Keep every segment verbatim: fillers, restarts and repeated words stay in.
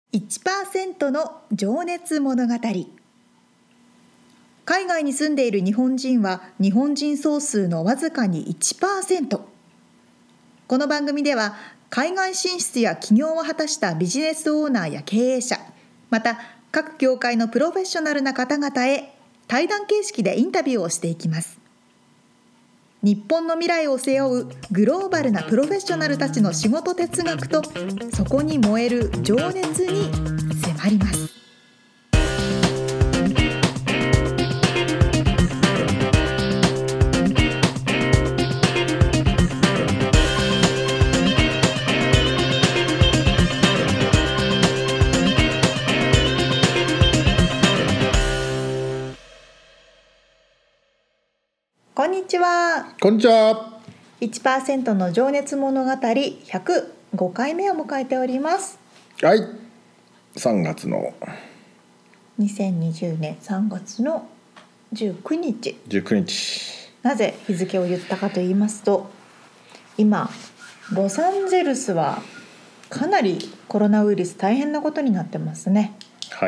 いちパーセント の情熱物語。海外に住んでいる日本人は日本人総数のわずかに いちパーセント。この番組では海外進出や起業を果たしたビジネスオーナーや経営者、また各業界のプロフェッショナルな方々へ対談形式でインタビューをしていきます。日本の未来を背負うグローバルなプロフェッショナルたちの仕事哲学とそこに燃える情熱に迫ります。こんにちは。 こんにちは。 いちパーセント の情熱物語ひゃくごかいめを迎えております。 はい。さんがつのにせんにじゅうねんさんがつのじゅうくにち。 じゅうくにち。 なぜ日付を言ったかと言いますと、今ロサンゼルスはかなりコロナウイルス大変なことになってますね。 はい。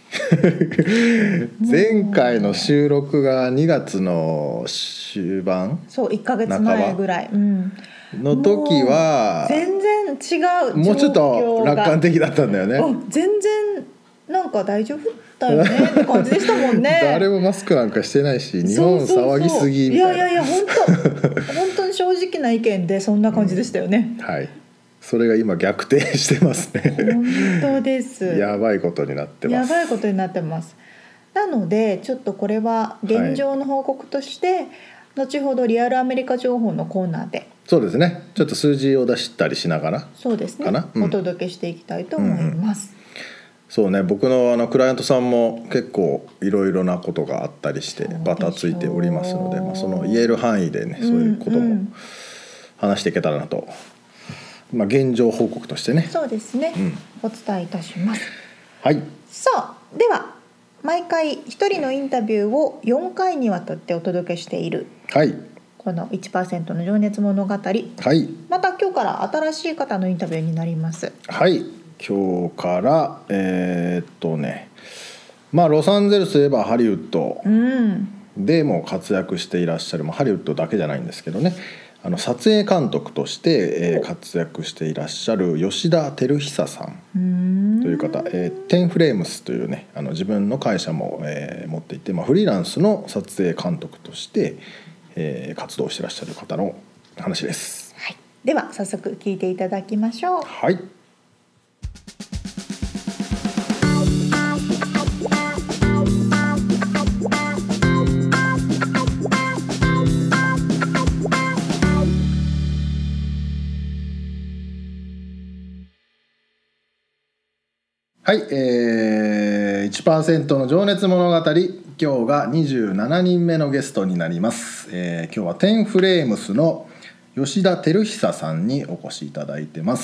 前回の収録がにがつの終盤、 そういっかげつまえぐらい、うん、 の時は全然違う状況がもうちょっと楽観的だったんだよね。 全然なんか大丈夫だよねって感じでしたもんね。 誰もマスクなんかしてないし、日本騒ぎすぎみたいな。 いやいやいや、本当本当に正直な意見でそんな感じでしたよね、 うん、はい。それが今逆転してますね。 本当です。 やばいことになってます。 やばいことになってます。なのでちょっとこれは現状の報告として、はい、後ほどリアルアメリカ情報のコーナーで、 そうですね、ちょっと数字を出したりしながら、 そうですね、 うん、 お届けしていきたいと思います、 うんうん、そうね、僕のあのクライアントさんも結構いろいろなことがあったりしてバタついておりますので、まあ、その言える範囲でね、そういうことも話していけたらなと、まあ、現状報告としてね、 そうですね、うん、お伝えいたします。 はい。 さあ、では毎回一人のインタビューをよんかいにわたってお届けしている、 はい、 この いちパーセント の情熱物語、はい、また今日から新しい方のインタビューになります。 はい、今日からえー、っとねまあロサンゼルスといえばハリウッドでも活躍していらっしゃる、まあ、ハリウッドだけじゃないんですけどね、あの撮影監督として、えー、活躍していらっしゃる吉田照久さんという方、えー、テンフレームスというね、あの自分の会社も、えー、持っていて、まあ、フリーランスの撮影監督として、えー、活動していらっしゃる方の話です、 はい、では早速聞いていただきましょう。 はい。はい、えー、いちパーセント の情熱物語、今日がにじゅうななにんめのゲストになります、えー、今日はテンフレームスの吉田照久さんにお越しいただいてます。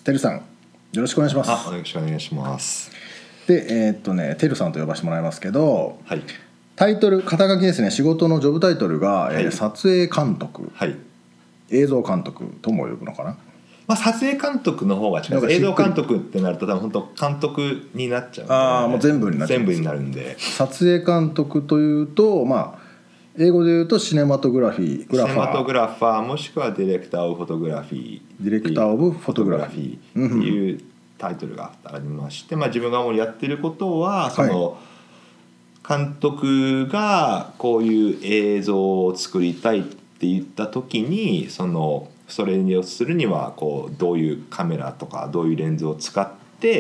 照さん、よろしくお願いします。 あ、よろしくお願いします。 で、えー、っとね、照さんと呼ばせてもらいますけど、 はい、 タイトル、肩書きですね、仕事のジョブタイトルが、はい、えー、撮影監督、 はい、 映像監督とも呼ぶのかな。 まあ、撮影監督の方が近いです。映像監督ってなると多分本当監督になっちゃうんで、 あ、もう全部になっちゃう、 全部になるんで、 撮影監督というと、まあ、英語で言うとシネマトグラフィー、グラファー、 シネマトグラファーもしくはディレクター・オブ・フォトグラフィー、 ディレクター・オブ・フォトグラフィーっていうタイトルがありまして、まあ、自分がもうやってることはその監督がこういう映像を作りたいって言った時に、そのそれをするにはこうどういうカメラとかどういうレンズを使って、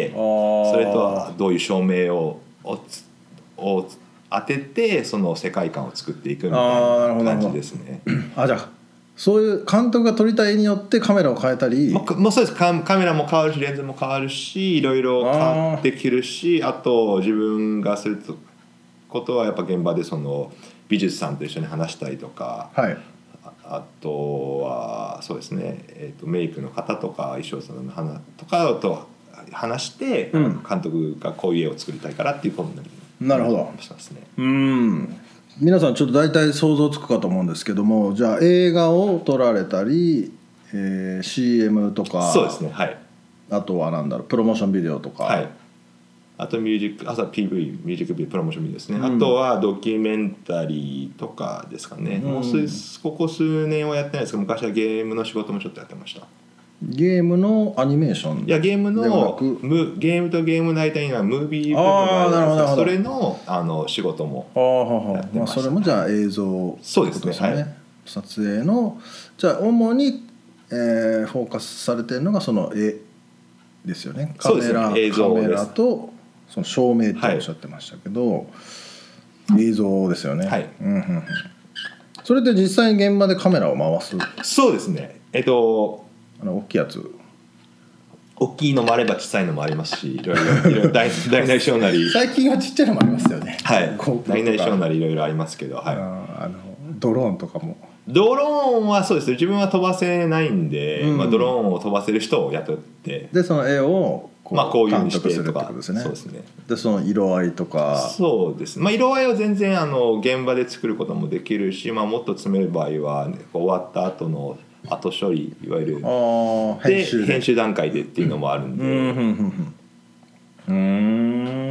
それとはどういう照明ををを当ててその世界観を作っていくみたいな感じですね。 あ、じゃあそういう監督が撮りたいによってカメラを変えたり、 もうそうです。カメラも変わるしレンズも変わるし、いろいろ変わってきるし、あと自分がすることはやっぱ現場でその美術さんと一緒に話したりとか、 はい、 あとはそうですね、えー、とメイクの方とか衣装さんの話とかと話して、うん、監督がこういう絵を作りたいからっていうことになります。 なるほど。 しますね。 うん。皆さんちょっと大体想像つくかと思うんですけども、じゃあ映画を撮られたり、えー、シーエム とか、 そうですね、はい、 あとはなんだろう、プロモーションビデオとか、 はい、 あとミュージックあとは ピーブイ ミュージックビデオプロモーションビデオですね、 うん、 あとはドキュメンタリーとかですかね、うん、もうここ数年はやってないですけど昔はゲームの仕事もちょっとやってました。 ゲームのアニメーションいやゲームのムゲームとゲームの間にはムービー部分があるんですけどそれ の, あの仕事もやってました。 まあ、それもじゃあ映像そうですね、はい、 撮影のじゃあ主に、えー、フォーカスされてるのがその絵ですよね。カメラ、 ね、映像カメラとその照明っておっしゃってましたけど、はい、映像ですよね、 はい、 うんうんうん、それで実際に現場でカメラを回す。 そうですね、えっとあの大きいやつ大きいのもあれば小さいのもありますしいろいろいろいろ大大なり小なり最近はちっちゃいのもありますよね。 はい大なり小なりいろいろありますけど、はい、 ああのドローンとかもドローンはそうですね自分は飛ばせないんで、うんまあ、ドローンを飛ばせる人を雇ってでその絵をこう、まあ、こういう監督するってことですね。 そうですね。でその色合いとかそうです、まあ、色合いは全然あの現場で作ることもできるし、まあ、もっと詰める場合は、ね、終わった後の後処理いわゆるあで編集で編集段階でっていうのもあるんで、うんうんうんうん、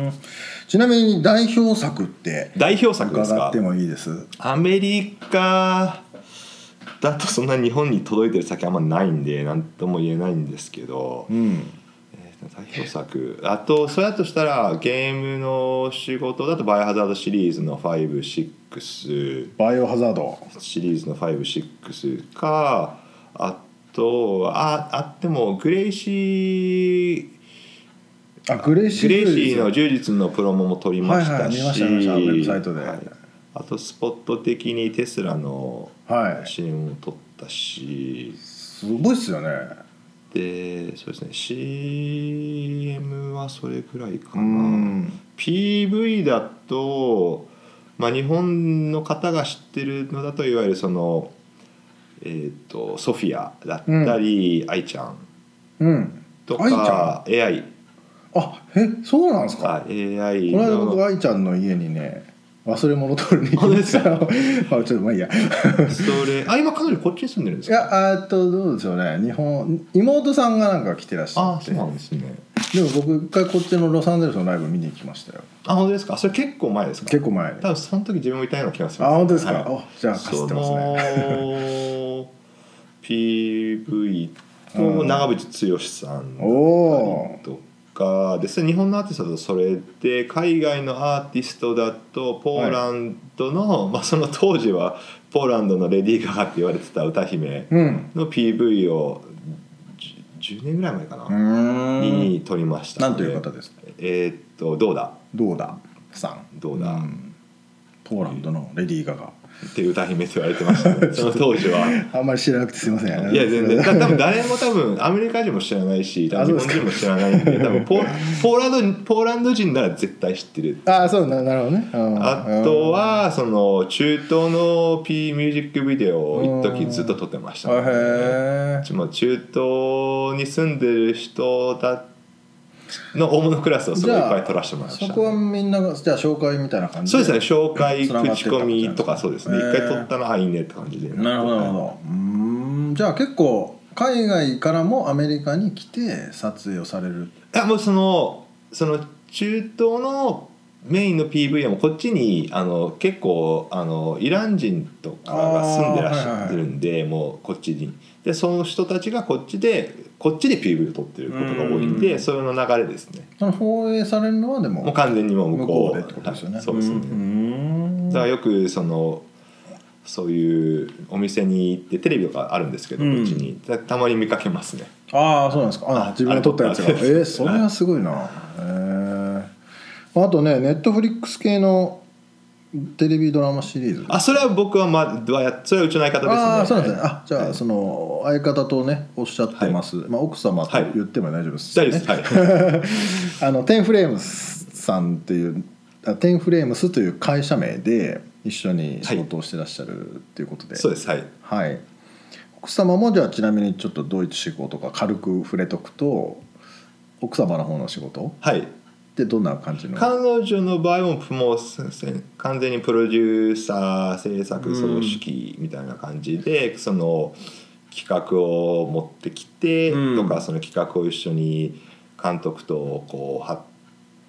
うんちなみに代表作って代表作ですか伺ってもいいです。 アメリカだとそんな日本に届いてる先あんまないんで何とも言えないんですけど、 うんえー、代表作あとそれだとしたらゲームの仕事だとバイオハザードシリーズのご、ろくバイオハザードシリーズのご、ろくかあとは あ, あってもグレイシーあグレイシーグレイシーの柔術のプロモも撮りましたし、 はいはい、見ました見ましたウェブサイトで、はい、 あとスポット的にテスラの シーエム も撮ったし、 はい、すごいっすよね。 でそうですね シーエム はそれくらいかな。 ピーブイ だと、まあ、日本の方が知ってるのだといわゆるその、えー、とソフィアだったり、うん、愛ちゃんとか、うん、エーアイあえそうなんですか。 エーアイのこの間僕愛ちゃんの家にね忘れ物取りに行きましたあちょっとまあいいやそれあ今彼女こっちに住んでるんですか。 いやあとどうでしょうね。日本妹さんがなんか来てらっしゃって。 あそうなんですね。 でも僕一回こっちのロサンゼルスのライブ見に行きましたよ。 あ本当ですか。それ結構前ですか。 結構前。 多分その時自分もいたような気がします、 ね、あ本当ですか、はい、 おじゃあかすってますねピーブイ と長渕剛さんだったりとかですね。日本のアーティストだとそれで海外のアーティストだとポーランドの、はいまあ、その当時はポーランドのレディー・ガガって言われてた歌姫の ピーブイ をじゅうねんぐらい前かなに撮りました、 ね、なんという方ですか。 えー、っとどうだどうださんどうだ、うん、 ポーランドのレディー・ガガって歌姫って言われてましたねその当時はあんまり知らなくてすいません。 いや全然多分誰も多分アメリカ人も知らないし多分日本人も知らないんで多分ポー、ポーランドポーランド人なら絶対知ってる。 ああそうななるほどね。 あとはその中東の P ミュージックビデオを一時ずっと撮ってましたね。へ中東に住んでる人だの大物クラスをすごいいっぱい撮らせてもらいました、ね、 そこはみんながじゃあ紹介みたいな感じで。そうですね紹介口コミとかそうですね一回撮ったのはいいねって感じで。 なるほどなるほど。うんじゃあ結構海外からもアメリカに来て撮影をされる。 いやもうそのその中東のメインの ピーブイ はもうこっちにあの結構あのイラン人とかが住んでらっしゃってるんで、はいはいはい、もうこっちにでその人たちがこっちでこっちで ピーブイ を撮ってることが多いんで、それの流れですね。 放映されるのはでももう完全にもう向こう、 向こうでってことですよね。 はい、そうですね。うんだからよくそのそういうお店に行ってテレビとかあるんですけど、こっちに た, たまに見かけますね。 ああそうなんですか。あ自分が撮ったやつがえー、それはすごいな。えー、あとねネットフリックス系のテレビドラマシリーズ。 あそれは僕はまあそれはうちの相方ですね。 ああそうなんですね。あじゃあ、はい、その相方とねおっしゃってます、はいまあ、奥様と言っても大丈夫ですね、はい、大丈夫です、はい、あのテンフレームスさんっていうテンフレームスという会社名で一緒に仕事をしてらっしゃるっていうことで、はい、 そうですはい、 はい、奥様もじゃあちなみにちょっとドイツ仕事とか軽く触れとくと奥様の方の仕事はいでどんな感じの。 彼女の場合ももう完全にプロデューサー制作総指揮みたいな感じで、うん、その企画を持ってきてとか、うん、その企画を一緒に監督とこうは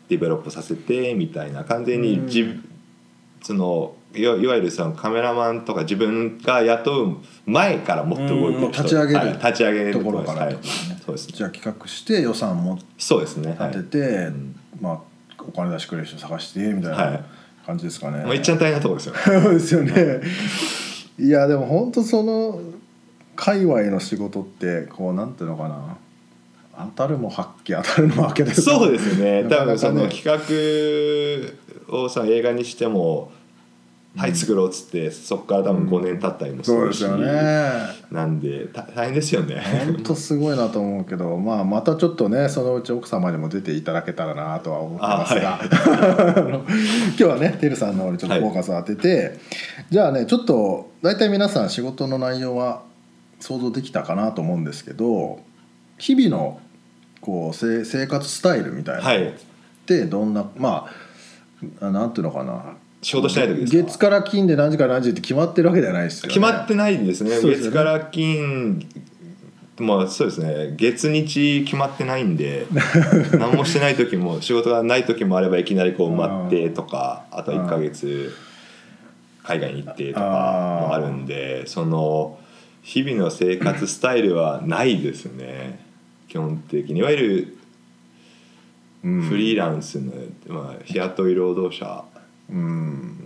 ディベロップさせてみたいな完全に自、うん、そのいわ、いわゆるそのカメラマンとか自分が雇う前からもっと動いてる人、 立ち上げる、 はい、立ち上げるところから、ね、はい、そうです、じゃあ企画して予算もそうですね立てて、はい、まあ、お金出してくれる人探してみたいな感じですかね、はい、 まあ、一番大変なところですよねそうですよねいやでも本当その界隈の仕事ってこうなんていうのかな、当たるも発揮当たるのも明けです、 そうですね。多分その企画をさ映画にしても、うん、はい作ろうっつってそこから多分ごねん経ったりもするし、うん、そうですよね。なんで大変ですよね。 本当すごいなと思うけど、まあまたちょっとねそのうち奥様にも出ていただけたらなとは思ってますが、はい、今日はねてるさんの方にちょっとフォーカスを当てて、はい、じゃあねちょっと大体皆さん仕事の内容は想像できたかなと思うんですけど、日々のこう生活スタイルみたいなのってどんな、はい、まあなんていうのかな、 仕事しない時ですか。 月から金で何時から何時って決まってるわけではないですよね。 決まってないんですね。月から金、まあそうですね、月日決まってないんで何もしてない時も仕事がない時もあればいきなりこう埋まってとか、あといっかげつ海外に行ってとかもあるんで、その日々の生活スタイルはないですね基本的に。いわゆるフリーランスの、まあ、日雇い労働者、うん、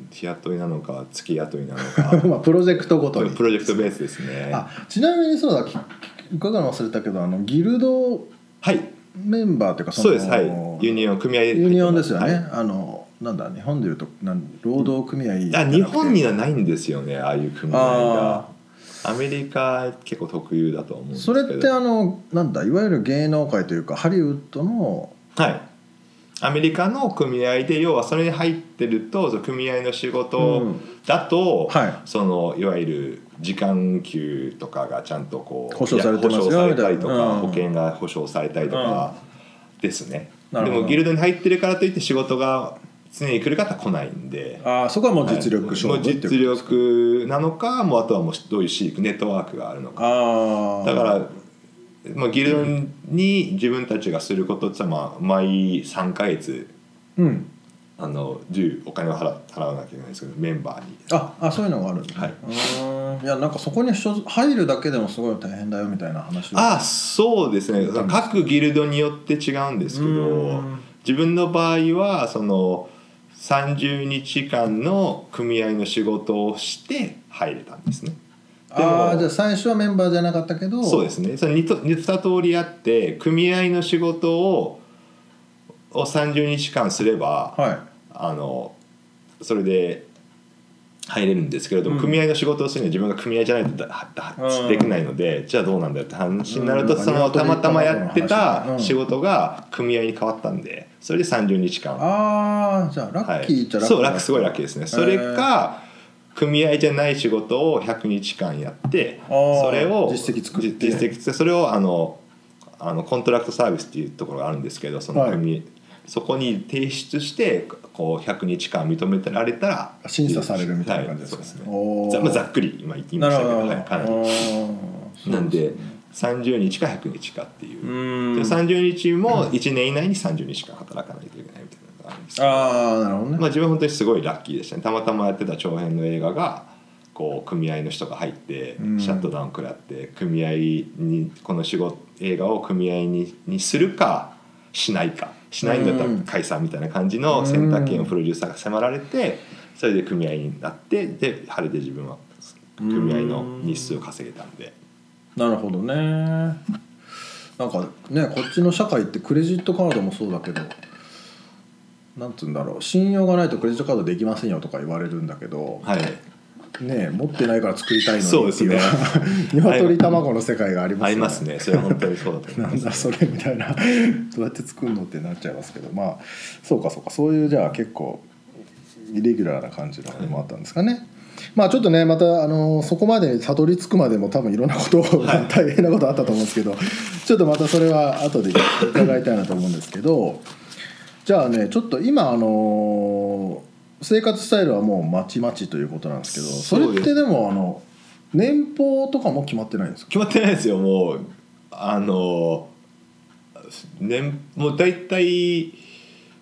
日雇いなのか月雇いなのかまあプロジェクトごとにプロジェクトベースですね。 あ、ちなみにそうだ伺うの忘れたけど、あのギルドメンバーというか、 そうです、はい、ユニオン組合ユニオンですよね、はい、あのなんだ日本でいうとなん労働組合、 あ日本にはないんですよね、ああいう組合が。アメリカ結構特有だと思うんですけど。 それってあのなんだいわゆる芸能界というかハリウッドの、 はい、アメリカの組合で、要はそれに入ってるとその組合の仕事だと、うんはい、そのいわゆる時間給とかがちゃんとこう保証されてますよ、保証されたりとか、うん、保険が保証されたりとかですね、うん、でもギルドに入ってるからといって仕事が常に来る方は来ないんで、 あそこはもう実力勝負、 はい、もう実力なのか、もうあとはもうどういうシークネットワークがあるのか。あだから、まあ、ギルドに自分たちがすることってまあ毎さんかげつ、うん、あのデューお金を 払, 払わなきゃいけないんですけど、メンバーにああそういうのがあるんですね、はい、うんいやなんかそこに入るだけでもすごい大変だよみたいな話を。 あそうですね、各ギルドによって違うんですけど、自分の場合はそのさんじゅうにちかんの組合の仕事をして入れたんですね。 でもあじゃあ最初はメンバーじゃなかったけど。 そうですね、それ 2, 2通りあって、組合の仕事ををさんじゅうにちかんすれば、はい、あのそれで入れるんですけれども、うん、組合の仕事をするには自分が組合じゃないとだだできないので、じゃあどうなんだよって話になると、うん、そのたまたまやってた仕事が組合に変わったんで、それでさんじゅうにちかん。 ああじゃあラッキーっちゃラッキー、 はい、そうラッキーすごいラッキーですね。それか組合じゃない仕事をひゃくにちかんやって、それを実績作って実績作ってそれをあのあのコントラクトサービスっていうところがあるんですけど、その組、はい、そこに提出してこうひゃくにちかん認められたら審査されるみたいな感じですね。 はい、ざ, ざっくり今言いましたけど、はい、かなりなんでさんじゅうにちかひゃくにちかっていう、でさんじゅうにちもいちねん以内にさんじゅうにちかん働かないといけないみたいなのがあるんですけど、 あなるほどね、 まあ、自分は本当にすごいラッキーでしたね。たまたまやってた長編の映画がこう組合の人が入ってシャットダウン食らって、組合にこの仕事映画を組合ににするかしないか、しないんだったら解散みたいな感じの選択権をプロデューサーが迫られて、それで組合になって、で晴れて自分は組合の日数を稼げたんで。 なるほどね。なんかねこっちの社会ってクレジットカードもそうだけど、なんつうんだろう、信用がないとクレジットカードできませんよとか言われるんだけど、はいね、持ってないから作りたいのにっていう、そうですね鶏卵の世界がありますね。 ありますね。それは本当にそうだと思います、ね、 なんだそれみたいなどうやって作るのってなっちゃいますけど、まあそうかそうか、そういうじゃあ結構イレギュラーな感じのもあったんですかね、はい、まあちょっとねまたあのそこまでたどり着くまでも多分いろんなことを、はい、大変なことあったと思うんですけど、ちょっとまたそれは後で伺いたいなと思うんですけど、じゃあねちょっと今あの生活スタイルはもうまちまちということなんですけど、それってでもあの年俸とかも決まってないんですか？ 決まってないですよ。もうあの年もう大体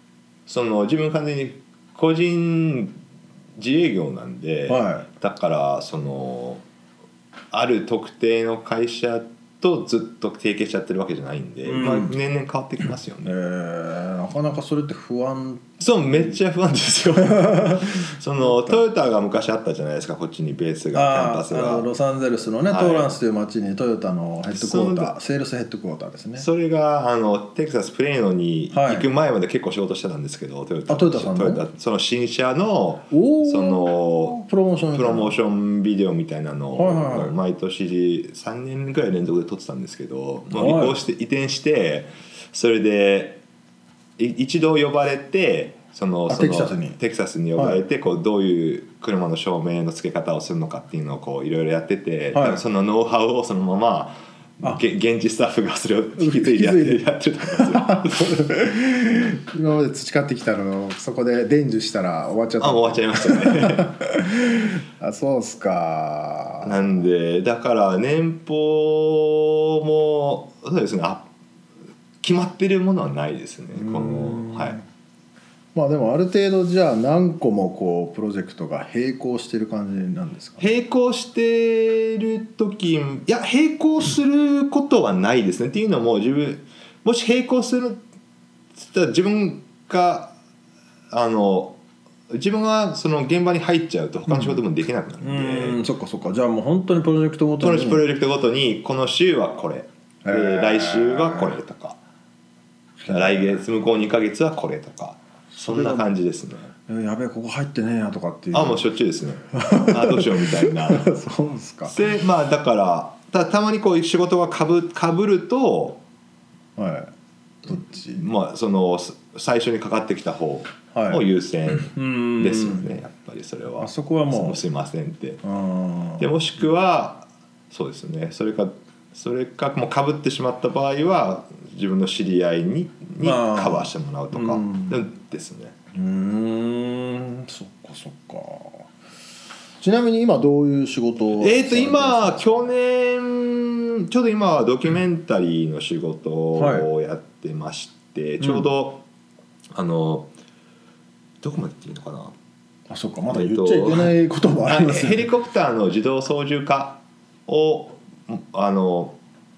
その自分完全に個人自営業なんで、 はい、 だからそのある特定の会社とずっと提携しちゃってるわけじゃないんで、うんまあ、年々変わってきますよね、 えー、なかなかそれって不安。 そうめっちゃ不安ですよそのトヨタが昔あったじゃないですか、こっちにベースがキャンパスがあのロサンゼルスのね、はい、トーランスという街にトヨタのヘッドクォーター、セールスヘッドクォーターですね。 それがあのテキサスプレーノに行く前まで結構仕事してたんですけど、はい、トヨタ、 あトヨタさんのトヨタその新車のそのプロモーションプロモーションビデオみたいなのを、 はいはいはい、 毎年さんねんぐらい連続で撮ってたんですけど、はい、移行して移転してそれで一度呼ばれてそのそのテキサスにテキサスに呼ばれて、はい、こうどういう車の照明の付け方をするのかっていうのをこういろいろやってて、はい、そのノウハウをそのまま現地スタッフがそれを引き継いでやってるやってると思うんですよ今まで培ってきたのをそこで伝授したら終わっちゃった。 あ終わっちゃいましたねあそうっすか。 なんでだから年俸もそうですね、あ決まってるものはないですねこのはい。 まあでもある程度じゃあ何個もこうプロジェクトが並行してる感じなんですか、 ね、並行してる時いや並行することはないですねっていうのも自分もし並行するったら自分があの自分がその現場に入っちゃうと他の仕事もできなくなるんで、 うん、うんそっかそっか。じゃあもう本当にプロジェクトごとにプロジェクトごとにこの週はこれで来週はこれとか来月向こうにかげつはこれとかそんな感じですね。 やべえここ入ってねえやとかっていう。 あもうしょっちゅうですねあどうしようみたいなそうですか。 でまあだからた, たまにこう仕事がかぶかぶると、 はい、どっちまあその最初にかかってきた方を優先ですよね、はい、やっぱりそれは。 あそこはもうすいませんってでもしくはそうですねそれかそれかもうかぶってしまった場合は自分の知り合いににカバーしてもらうとかですね。 うーんそっかそっか。ちなみに今どういう仕事をえーと今去年ちょうど今はドキュメンタリーの仕事をやってまして、はい、ちょうど、うん、あのどこまで言っていいのかなあそっかまだ言っちゃいけないこともありますね。 ヘリコプターの自動操縦化をあの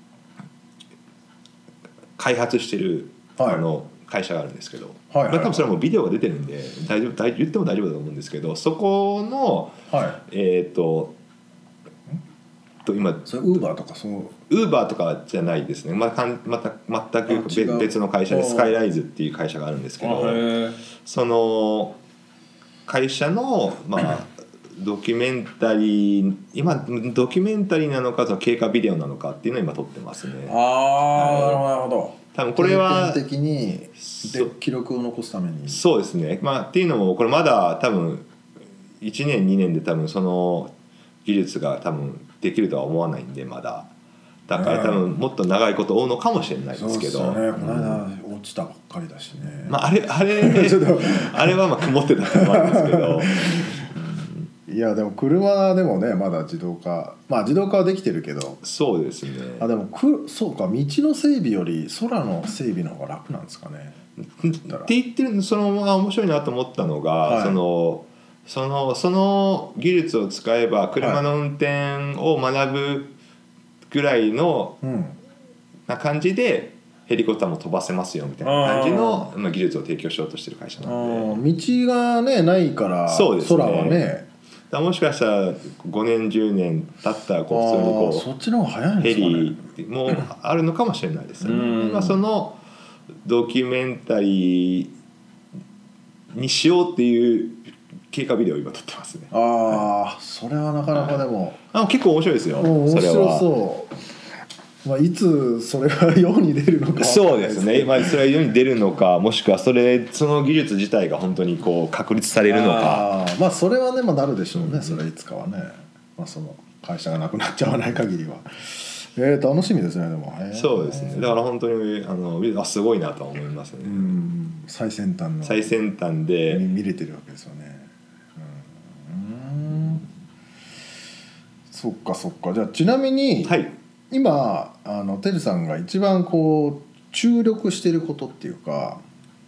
開発してる、はい、あの会社があるんですけど、はいはいはい、多分それはもうビデオが出てるんで大丈夫大言っても大丈夫だと思うんですけどそこの、はい、えっ、ー、とと今それウーバーとかそうウーバーとかじゃないですね、まあ、また全く別の会社でスカイライズっていう会社があるんですけどその会社のまあドキュメンタリー今ドキュメンタリーなのかその経過ビデオなのかっていうのを今撮ってますね。 ああなるほど。 多分これは定点的にで記録を残すためにそうですね、まあ、っていうのもこれまだ多分いちねんにねんで多分その技術が多分できるとは思わないんでまだだから多分もっと長いこと追うのかもしれないですけど、 そうですよね、この間落ちたばっかりだしね、 まあ、あれあれあれはまあ曇ってたと思うんですけどいやでも車でもねまだ自動化まあ自動化はできてるけどそうですねあでもくそうか道の整備より空の整備の方が楽なんですかねって言ってるそのまあ面白いなと思ったのが、はい、そのそのその技術を使えば車の運転を学ぶぐらいの、はい、な感じでヘリコプターも飛ばせますよみたいな感じの技術を提供しようとしてる会社なんで道がねないからそうですね空はねだもしかしたらごねんじゅうねん経ったらこう普通にこうそっちの方が早いんですかねヘリもあるのかもしれないですよね。まあ、そのドキュメンタリーにしようっていう経過ビデオを今撮ってますね。 ああ、はい、それはなかなかでも、 はい、あ結構面白いですよ。 面白そう。まあ、いつそれが世に出るのかそうですね、まあ、それが世に出るのかもしくはそれその技術自体が本当にこう確立されるのかあまあそれはね、まあ、なるでしょうね、うん、それいつかはね、まあ、その会社がなくなっちゃわない限りはえー、楽しみですねでもそうですねだから本当にあのあすごいなとは思いますね。 うん最先端の最先端で見れてるわけですよね。うんそっかそっか。じゃあちなみに、はい、今あのてるさんが一番こう注力してることっていうか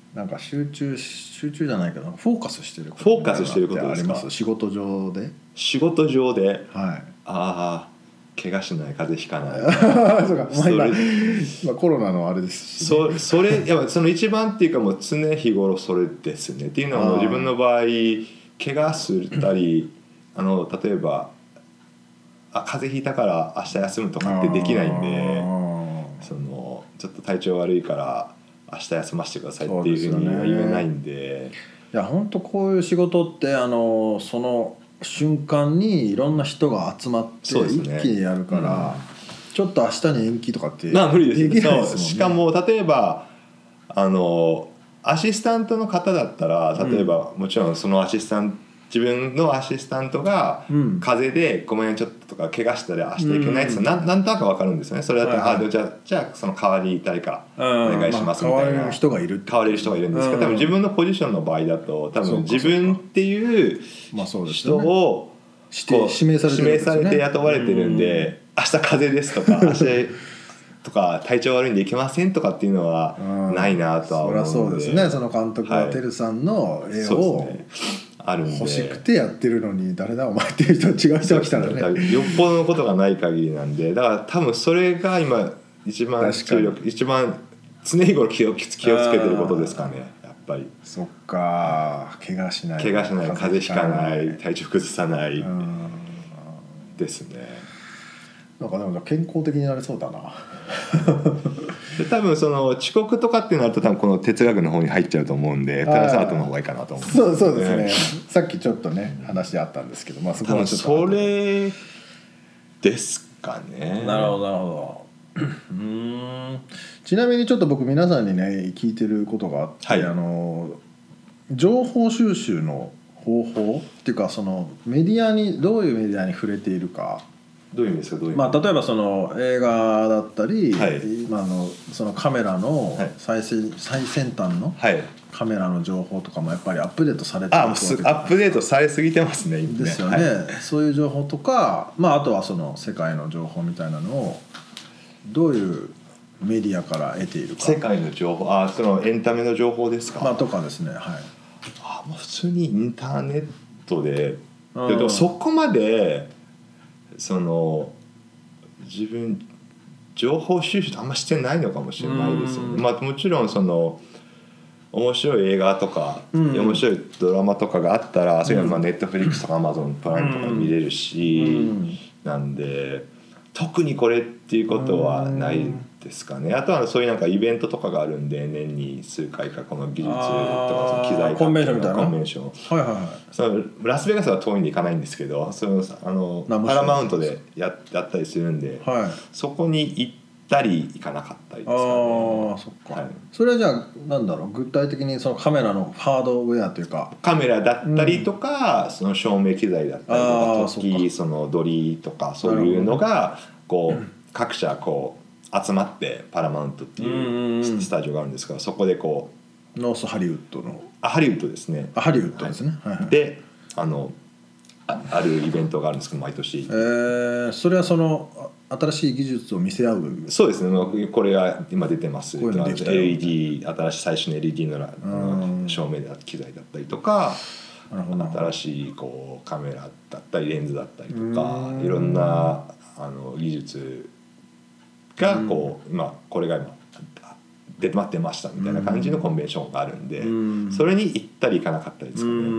なんか集中集中じゃないけどフォーカスしてるフォーカスしてることですか。 あります仕事上で。 仕事上で、 はい、 ああ怪我しない風邪ひかないそうか、まあ、今、まあ、コロナのあれですし、 ね、そ, それやっぱその一番っていうかもう常日頃それですね。っていうのはもう自分の場合怪我すたりあの例えばあ風邪ひいたから明日休むとかってできないんで、そのちょっと体調悪いから明日休ませてくださいっていうふうには言えないんで、 いや本当こういう仕事ってあのその瞬間にいろんな人が集まって一気にやるから、ね、うん、ちょっと明日に延期とかってできないですもんね。 しかも例えばあのアシスタントの方だったら例えば、うん、もちろんそのアシスタント自分のアシスタントが風邪でごめんちょっととか怪我したら明日行けないって、うん、な, なんとなく分かるんですよね。それだったら、はいはい、あじゃあじゃあその代わり誰かお願いしますみたいな、まあ、代われる人がいる代われる人がいるんですけど、多分自分のポジションの場合だと多分自分っていう人を指名されてるんですね。 指名されて雇われてるんで、明日風邪ですとか明日とか体調悪いんで行けませんとかっていうのはないなとは思うので、 そりゃそうですね。その監督はてるさんの絵を、はいあるんで欲しくてやってるのに誰だお前っていう人違う人が来たらね、 よっぽどのことがない限りなんで、だから多分それが今一番注力一番常日頃気を気をつけてることですかね。やっぱりそっか、怪我しない怪我しない風邪ひかない体調崩さないですね。 なんかでも健康的になれそうだなで多分その遅刻とかってなると多分この哲学の方に入っちゃうと思うんでプラスアートの方がいいかなと思う。 そうそうですね、ね、さっきちょっとね話あったんですけど、まあ、そこはちょっとそれですかね。 なるほどなるほどうーんちなみにちょっと僕皆さんにね聞いてることがあって、はい、あの情報収集の方法っていうかそのメディアにどういうメディアに触れているか。 どういう意味ですか。どういう意味、 まあ、例えばその映画だったり、はい、今のそのカメラの最先、はい、最先端のカメラの情報とかもやっぱりアップデートされてるわけです。 あ、アップデートされすぎてますね今ね。 ですよね、はい、そういう情報とか、まあ、あとはその世界の情報みたいなのをどういうメディアから得ているか。 世界の情報、あ、そのエンタメの情報ですか。 まあ、とかですね、はい、 あ、もう普通にインターネットで、うん、でもそこまでその自分情報収集あんましてないのかもしれないですよね。まあ、もちろんその面白い映画とか、うん、面白いドラマとかがあったら、うん、そういうのはネットフリックスとかアマゾンプライムとかで見れるし、うん、なんで特にこれっていうことはないですかね。あとはそういうなんかイベントとかがあるんで年に数回かこの技術とかその機材コンベンションみたいなコンベンション、はいはいはい、そのラスベガスは遠いんで行かないんですけど、そのあのパラマウントで や, やったりするんで、はい、そこに行ったり行かなかったりですかね。 あ、そっか、はい、それはじゃあなんだろう、具体的にそのカメラのハードウェアというかカメラだったりとか、うん、その照明機材だったりとか突起そのドリとかそういうのがこう、うん、各社こう集まってパラマウントっていうスタジオがあるんですが、そこでこうノースハリウッドのあハリウッドですね。 あハリウッドですね、はいはいはい、 で あの あ, あるイベントがあるんですけど毎年、 えー、それはその新しい技術を見せ合う。 そうですね、これが今出てますこういうのできた エルイーディー 新しい最新の エルイーディー の照明だ機材だったりとか、新しいこうカメラだったりレンズだったりとかいろんなあの技術がこう、うん、今これが今出てましたみたいな感じのコンベンションがあるんで、うん、それに行ったり行かなかったりですかね。うん、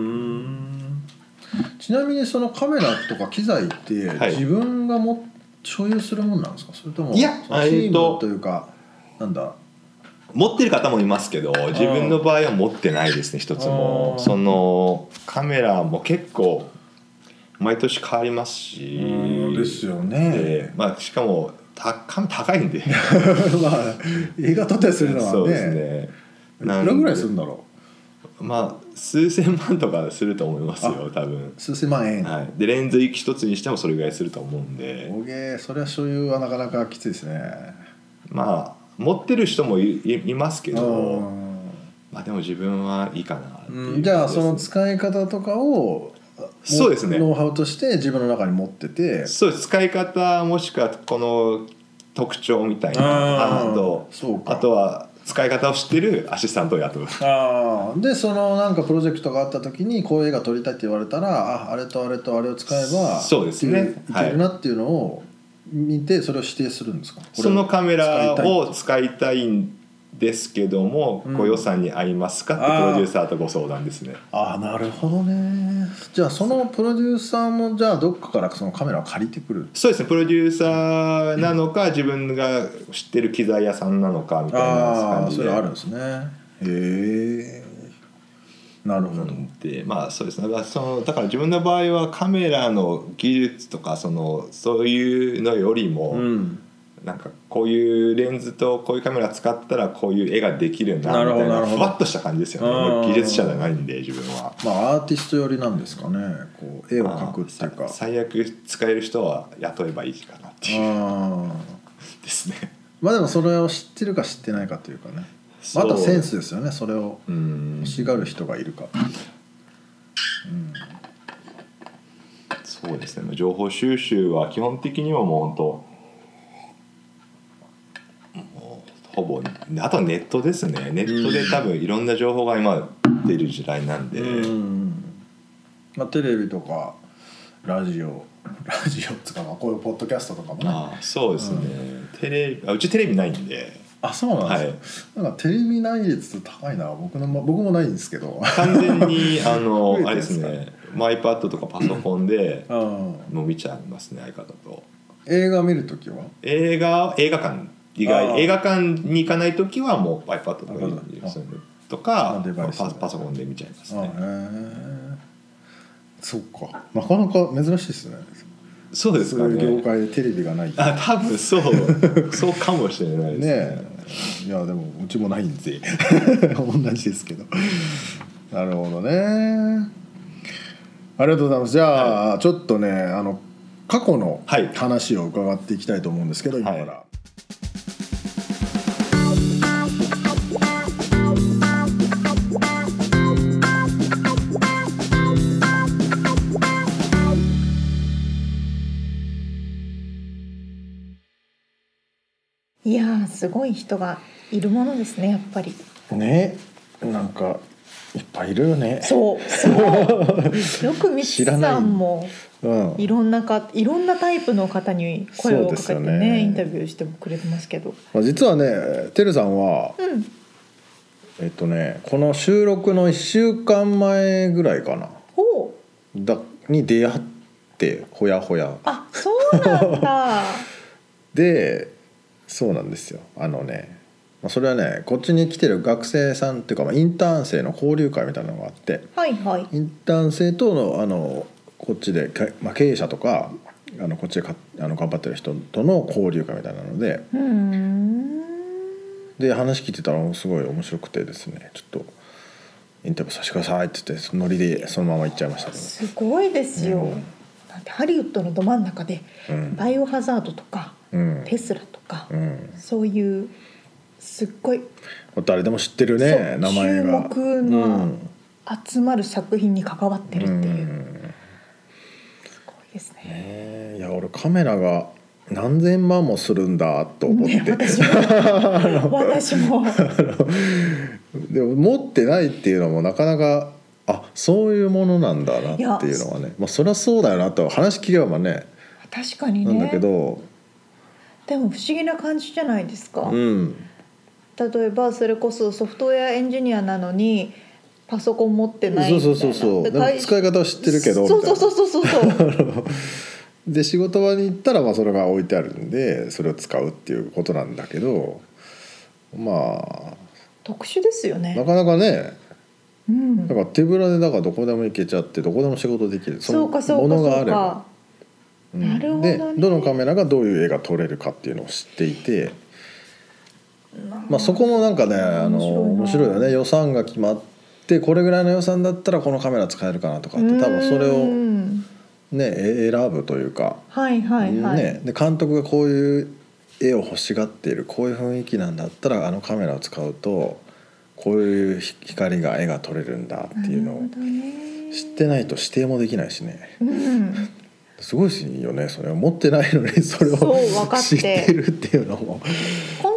ちなみにそのカメラとか機材って自分がも所有するもんなんですか、それともチームというか、なんだ持ってる方もいますけど自分の場合は持ってないですね一つも。そのカメラも結構毎年変わりますし、 ですよね。 で、まあ、しかも高いんでまあ映画撮ったりするのはね、 そうですね、 いくらぐらいするんだろう。まあ数千万とかすると思いますよ多分。 数千万円、 はい、でレンズ一つにしてもそれぐらいすると思うんで。 おげー、それは所有はなかなかきついですね。 まあ持ってる人も い, いますけど、まあでも自分はいいかなっていう、 うん、じゃあその使い方とかをそうですね、 ノウハウとして自分の中に持ってて、 そうです、使い方もしくはこの特徴みたいなあと、あとは使い方を知ってるアシスタントを雇う。 あでそのなんかプロジェクトがあった時にこういう映画撮りたいって言われたら、ああれとあれとあれを使えばそうですね、 いけるなっていうのを見てそれを指定するんですか？ そのカメラを使いたいんですけども、うん、ご予算に合いますかってプロデューサーとご相談ですね。 ああなるほどね。じゃあそのプロデューサーもじゃあどっかからそのカメラを借りてくる？ そうですね、プロデューサーなのか、うん、自分が知ってる機材屋さんなのかみたいな感じで。 ああそれあるんですね。へえなるほど。 でまあそうですね、だからそのだから自分の場合はカメラの技術とかそのそういうのよりも、うんなんかこういうレンズとこういうカメラ使ったらこういう絵ができるなみたいなふわっとした感じですよね。技術者じゃないんで自分は。 まあアーティスト寄りなんですかね。こう絵を描くっていうか。 最悪使える人は雇えばいいかなっていうですね。 まあでもそれを知ってるか知ってないかというかね。またセンスですよね。それを欲しがる人がいるか。うん、 そうですね。情報収集は基本的にはもう本当。ほぼあとはネットですね。ネットで多分いろんな情報が今出る時代なんで、うん、 まあ、テレビとかラジオラジオとかこういうポッドキャストとかもね。 あそうですね、うん、テレビあうちテレビないんで。 あそうなんですか、はい、なんかテレビない率高いな。僕の僕もないんですけど完全にあのあれですね iPad とかパソコンでもう見ちゃいますね。相方と映画見るときは映画映画館意外映画館に行かないときはもう iPad とかとかパ, パソコンで見ちゃいますね。あへそうかなかなか珍しいですね。 そうですかね。 そういう業界でテレビがない。 あ多分そうそうかもしれないですね。ねいやでもうちもないんで同じですけどなるほどね。ありがとうございます。じゃあ、はい、ちょっとねあの過去の話を伺っていきたいと思うんですけど、はい、今から、はいいやーすごい人がいるものですねやっぱりね。なんかいっぱいいるよね。 そうそうよくミツさんもいろんなかいろんなタイプの方に声をかけて ね, ねインタビューしてもくれてますけど、 まあ、実はねてるさんは、うん、えっとねこの収録のいっしゅうかんまえぐらいかなほうだに出会ってほやほやあそうなんだでそうなんですよ。あのねそれはねこっちに来てる学生さんっていうか、まあ、インターン生の交流会みたいなのがあって、 はいはい、 インターン生との、あのこっちで、まあ、経営者とかあのこっちでかあの頑張ってる人との交流会みたいなので、 うーんで話聞いてたらすごい面白くてですね、ちょっとインタビューさせてくださいって言ってノリでそのまま行っちゃいましたけど。 すごいですよ、うん、なんてハリウッドのど真ん中で、うん、バイオハザードとか、うん、テスラとか、うん、そういうすっごい誰でも知ってるね名前が注目の集まる作品に関わってるっていう、うん、すごいですね。 ねいや俺カメラが何千万もするんだと思って、ね、 私も私もでも持ってないっていうのもなかなかあそういうものなんだなっていうのはね、まあ、そりゃそうだよなと話聞けばね確かにねなんだけどでも不思議な感じじゃないですか、 うん、 例えばそれこそソフトウェアエンジニアなのにパソコン持ってないみたいなそうそうそうそうでも使い方は知ってるけどそうそうそうそうそうそうで仕事場に行ったらまあそれが置いてあるんでそれを使うっていうことなんだけどまあ特殊ですよねなかなかね、 うん、 だから手ぶらでだからどこでも行けちゃってどこでも仕事できるそのものがあればうん、なるほどね、 でどのカメラがどういう絵が撮れるかっていうのを知っていて、まあ、そこもなんかねあの面白いよね。予算が決まってこれぐらいの予算だったらこのカメラ使えるかなとかって多分それを、ね、選ぶというか、 はいはいはいね、で監督がこういう絵を欲しがっているこういう雰囲気なんだったらあのカメラを使うとこういう光が絵が撮れるんだっていうのを知ってないと指定もできないしね、 うんすごいよねそれを持ってないのにそれを知ってるっていうのもコンサルテー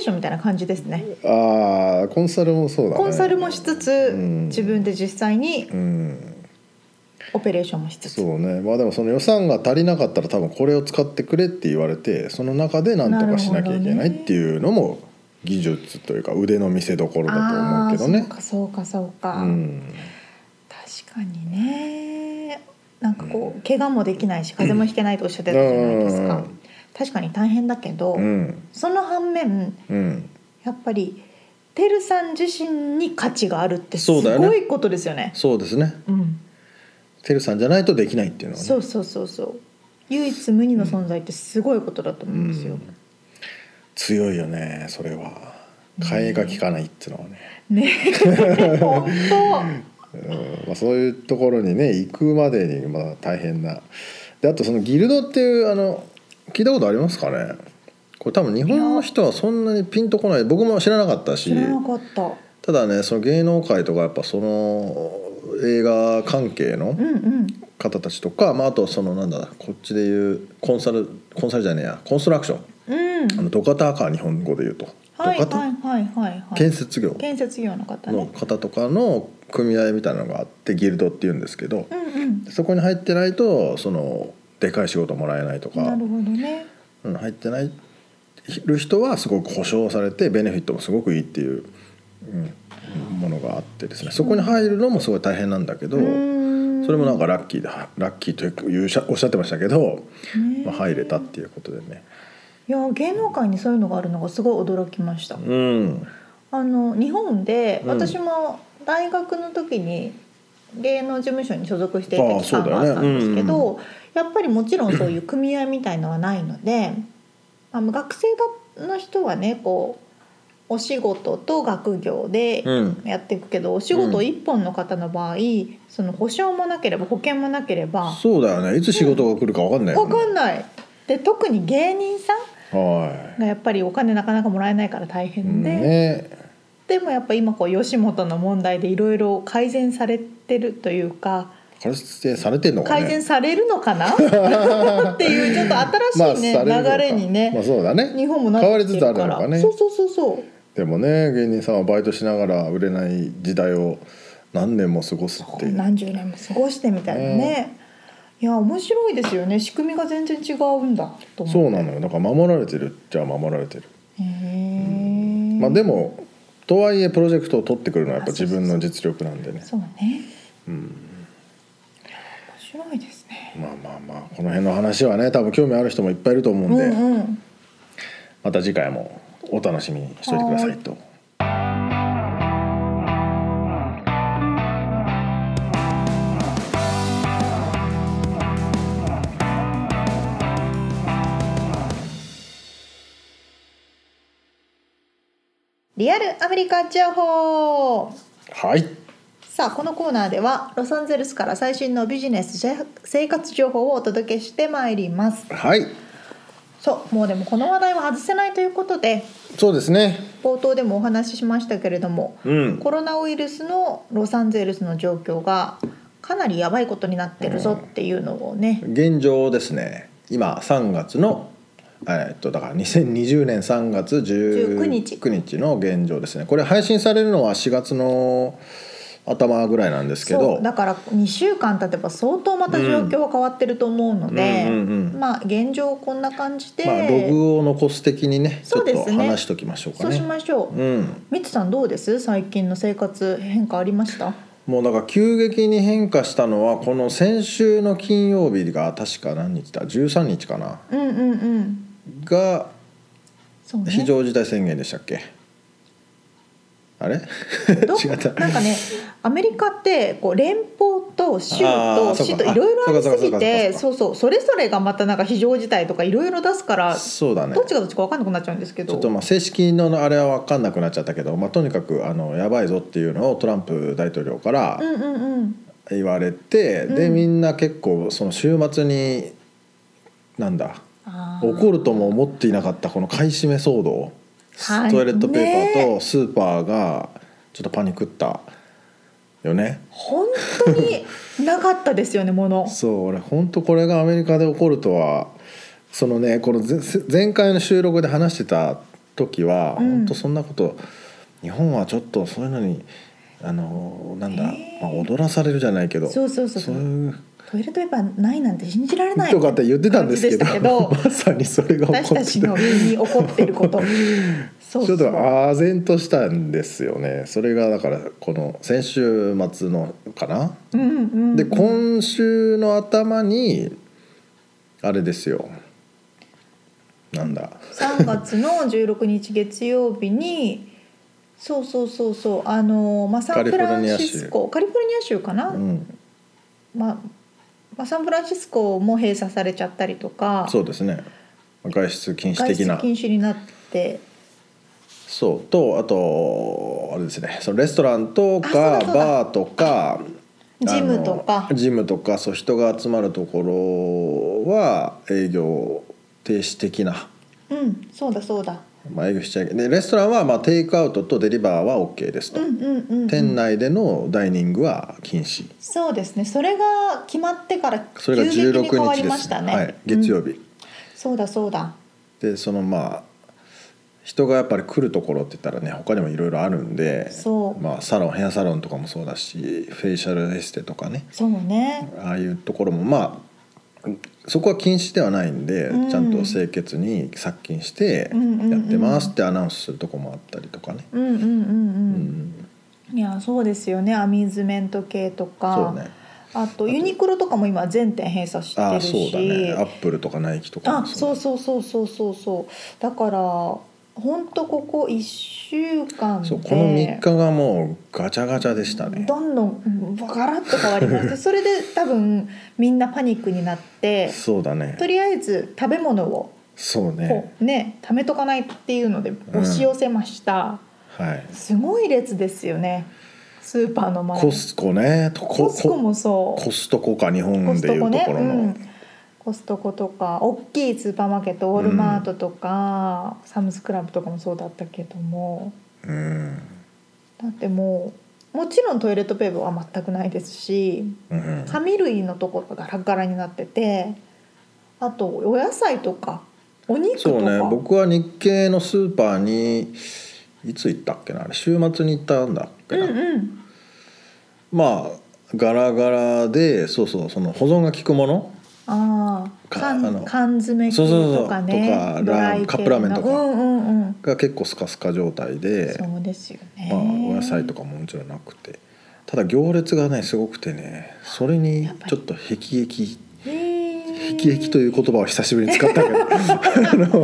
ーションみたいな感じですね。 ああコンサルもそうだね。 コンサルもしつつ、うん、自分で実際にオペレーションもしつつ、 そうね。まあでもその予算が足りなかったら多分これを使ってくれって言われて、その中で何とかしなきゃいけないっていうのも技術というか腕の見せ所だと思うけどね。 そうかそうかそうか、うん、確かにね。なんかこう、うん、怪我もできないし風邪もひけないとおっしゃってたじゃないですか、うん、確かに大変だけど、うん、その反面、うん、やっぱりてるさん自身に価値があるってすごいことですよね。 そうですね、うん、てるさんじゃないとできないっていうのはね。 そうそうそうそう、唯一無二の存在ってすごいことだと思うんですよ、うん、 強いよねそれは。替えが利かないっていうのはねね本当うんまあ、そういうところにね行くまでにまあ大変な。であとそのギルドっていうあの聞いたことありますかね。これ多分日本の人はそんなにピンとこない。僕も知らなかったし。 知らなかった。 ただねその芸能界とかやっぱその映画関係の方たちとか、うんうん、まあ、あとそのなんだこっちでいうコンサルコンサルじゃねえやコンストラクション、うん、あの土方か日本語で言うと、 はいはいはいはい、 建設業建設業の方、ね、 の方とかの組合みたいなのがあってギルドっていうんですけど、うんうん、そこに入ってないとそのでかい仕事もらえないとか。 なるほどね、 うん、入ってないる人はすごく保証されてベネフィットもすごくいいっていう、うん、ものがあってですね、そこに入るのもすごい大変なんだけど、それもなんかラッキーでラッキーというおっしゃってましたけど、まあ、入れたっていうことでね。 いや芸能界にそういうのがあるのがすごい驚きました、うん、あの日本で私も大学の時に芸能事務所に所属していた期間があったんですけど、ね、うんうん、やっぱりもちろんそういう組合みたいのはないのであの学生の人はねこうお仕事と学業でやっていくけど、うん、お仕事一本の方の場合、その保証もなければ保険もなければそうだよね、いつ仕事が来るか分かんないよね、 分かんないで、特に芸人さんがやっぱりお金なかなかもらえないから大変で、ね、でもやっぱ今こう吉本の問題でいろいろ改善されてるというか、 改善されてんのかね、 改善されるのかなっていうちょっと新しい、ね、まあ、流れにね、 まあそうだね、 日本もなってきてるから、 変わりつつあるのかね。 そうそうそうそう。 でもね芸人さんはバイトしながら売れない時代を何年も過ごすっていう、 何十年も過ごしてみたいなね、ね、いや面白いですよね。仕組みが全然違うんだと思って。 そうなのよ。だから守られてるっちゃ守られてる。へー、うん、まあでもとはいえプロジェクトを取ってくるのはやっぱ自分の実力なんでね。 そうね、うん、面白いですね。 まあまあまあこの辺の話はね多分興味ある人もいっぱいいると思うんで、うんうん、また次回もお楽しみにしておいてくださいと。 リアルアメリカ情報。 はい。 さあこのコーナーではロサンゼルスから最新のビジネス生活情報をお届けしてまいります。 はい。 そうもうでもこの話題は外せないということで、 そうですね、 冒頭でもお話ししましたけれども、うん、コロナウイルスのロサンゼルスの状況がかなりやばいことになってるぞっていうのをね、 うん、現状ですね。今さんがつのえっとだからにせんにじゅうねんさんがつじゅうくにちの現状ですね。これ配信されるのはしがつの頭ぐらいなんですけど、 そうだからにしゅうかん経てば相当また状況は変わってると思うので、うんうんうんうん、まあ現状こんな感じで、 まあ、ログを残す的にねちょっと話しときましょうかね。 そうしましょう、うん、ミツさんどうです？最近の生活変化ありました？ もうだから急激に変化したのはこの先週の金曜日が確か何日だじゅうさんにちかな、うんうんうん、が非常事態宣言でしたっけ？あれ違った。 なんかねアメリカってこう連邦と州と市といろいろありすぎて、そうそうそれぞれがまたなんか非常事態とかいろいろ出すから、 そうだね、 どっちがどっちか分かんなくなっちゃうんですけど、 ちょっとまあ正式のあれは分かんなくなっちゃったけど、まあ、とにかくあのやばいぞっていうのをトランプ大統領から言われて、うんうんうん、でみんな結構その週末になんだ起こるとも思っていなかったこの買い占め騒動、はい、トイレットペーパーとスーパーがちょっとパニックったよね。 本当になかったですよねものそう俺本当これがアメリカで起こるとは、そのねこの前回の収録で話してた時は、 うん本当そんなこと日本はちょっとそういうのにあのなんだ、まあ、踊らされるじゃないけど、 そうそうそうそういうトイレットペーパーないなんて信じられないとかって言ってたんですけど、 感じでしたけどまさにそれが起こって私たちの身に起こっていることそうそうちょっと唖然としたんですよね。それがだからこの先週末のかな、 うんうんうん、 で今週の頭にあれですよ、なんださんがつのじゅうろくにち月曜日にそうそうそうそうあの、まあ、サンフランシスコカリフォルニア州かな、 うんまあまあ、サンフランシスコも閉鎖されちゃったりとか、 そうですね、外出禁止的な、 外出禁止になって、 そうとあとあれですね、そのレストランとあかそうだそうだバーとかジムとかあのジムとかそう人が集まるところは営業停止的な、 うんそうだそうだまあ、営業しちゃいけない。でレストランはまあテイクアウトとデリバーは OK ですと、 うんうんうんうん、 店内でのダイニングは禁止。 そうですね、それが決まってからそれが急じゅうろく激に変わりにちですね、 ましたね、 はい、月曜日、 うん、そうだそうだでそのまあ人がやっぱり来るところって言ったらね他にもいろいろあるんで、 そうまあ、サロンヘアサロンとかもそうだしフェイシャルエステとかね、 そうねああいうところもまあそこは禁止ではないんで、 うんちゃんと清潔に殺菌してうんうんうんやってますってアナウンスするとこもあったりとかね、 うんうんうんう、 うんん、 いやそうですよね、アミューズメント系とか、 そうね、 あとユニクロとかも今全店閉鎖してああるし、 そうだね、アップルとかナイキとかあもそうそうそうそうそうそうだから本当ここいっしゅうかんでそうこのみっかがもうガチャガチャでしたね。 どんどんガラッと変わりましてそれで多分みんなパニックになってそうだね、 とりあえず食べ物をそうね、 こうね貯めとかないっていうので押し寄せました、 はい、 すごい列ですよねスーパーの前。 コスコねとコスコもそうコストコか日本コスでいうトコね、 ところの、 うん、コストコとか大きいスーパーマーケットウォルマートとか、うん、サムスクラブとかもそうだったけども、 うん、 だってもうもちろんトイレットペーパーは全くないですし、 うん、 紙類のところがガラガラになってて、あとお野菜とかお肉とか。 そうね、僕は日系のスーパーにいつ行ったっけな、あれ週末に行ったんだっけな、 うんうん、 まあガラガラで、そうそう、その保存が効くもの、 ああ缶、 あの缶詰系そうそうそうとかね、 とかドライ系のカップラーメンとかうんうんうん、 が結構スカスカ状態で、 そうですよね、 まあ、お野菜とかももちろんなくて、ただ行列がねすごくてね、それにちょっと辟易辟易という言葉を久しぶりに使ったけどあの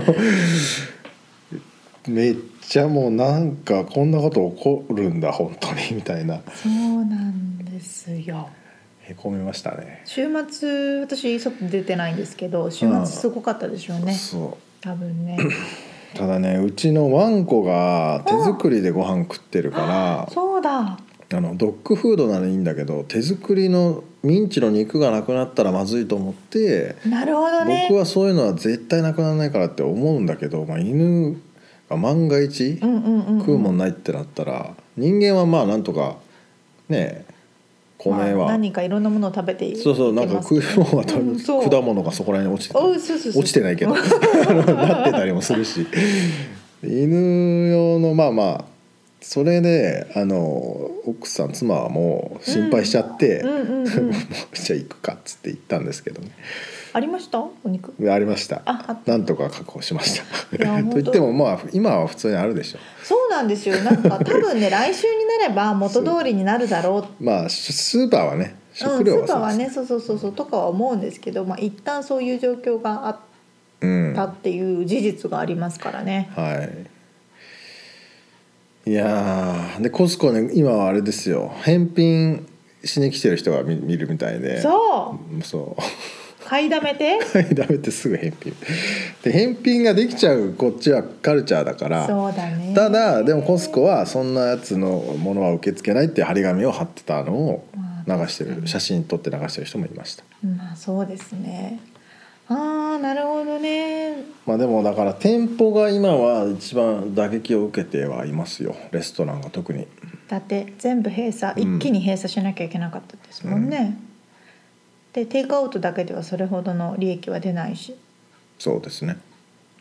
めっちゃもうなんかこんなこと起こるんだ本当にみたいな、 そうなんですよ。 へこみましたね。 週末私外出てないんですけど、週末すごかったでしょうね、 そう多分ねただね、うちのワンコが手作りでご飯食ってるから、 そうだ、 あのドッグフードならいいんだけど、手作りのミンチの肉がなくなったらまずいと思って、 なるほどね。 僕はそういうのは絶対なくならないからって思うんだけど、まあ、犬が万が一うんうんうんうん、 食うもんないってなったら、人間はまあなんとかね、米は、 まあ、何かいろんなものを食べていそうそう、なんか食うものは、 うんそう果物がそこら辺に落ちてた、 おうそうそうそう落ちてないけどなってたりもするし、犬用のまあまあそれであの奥さん妻はもう心配しちゃって、 うんうんうんうん、 じゃあ行くかっつって行ったんですけどね。 ありましたお肉。 ありました。 ああったなんとか確保しました。 いやといってもまあ今は普通にあるでしょ。 そうなんですよ。なんか多分ね来週になれば元通りになるだろう。 まあスーパーはね、食料はうん、スーパーはね、そうそうそうそうとかは思うんですけど、まあ一旦そういう状況があったっていう事実がありますからね。 うん、はい。いやでコスコね、今はあれですよ、返品しに来てる人が 見, 見るみたいで、 そうそう買いだめて買いだめてすぐ返品で、返品ができちゃうこっちはカルチャーだから。 そうだね。 ただでもコスコはそんなやつのものは受け付けないっていう張り紙を貼ってたのを流してる、写真撮って流してる人もいました。 まあそうですね。ああなるほどね。 まあでもだから店舗が今は一番打撃を受けてはいますよ、レストランが特に。 だって全部閉鎖、一気に閉鎖しなきゃいけなかったですもんね、うん、でテイクアウトだけではそれほどの利益は出ないし。 そうですね。 そう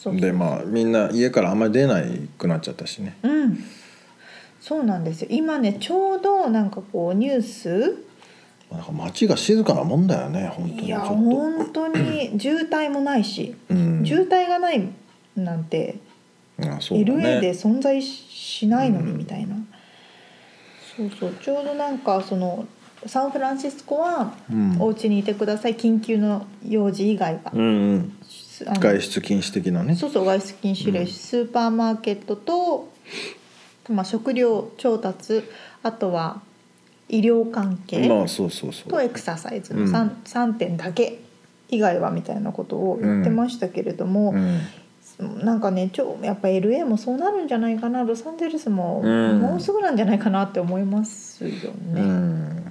そうそうでまあみんな家からあんまり出なくなっちゃったしね。 うんそうなんですよ。今ねちょうどなんかこうニュースなんか街が静かなもんだよね本当にいやちょっと本当に渋滞もないし、 うん、 渋滞がないなんてあそうだね、 エルエー で存在しないのにみたいな、うん、そうそうちょうどなんかそのサンフランシスコはお家にいてください、緊急の用事以外は、 うんうん、外出禁止的なね。 そうそう外出禁止令、うん、スーパーマーケットと、まあ、食料調達あとは医療関係とエクササイズの 3, さんてんだけ以外はみたいなことを言ってましたけれども、うんうん、なんかねちょやっぱ エルエー もそうなるんじゃないかな、ロサンゼルスももうすぐなんじゃないかなって思いますよね、うん、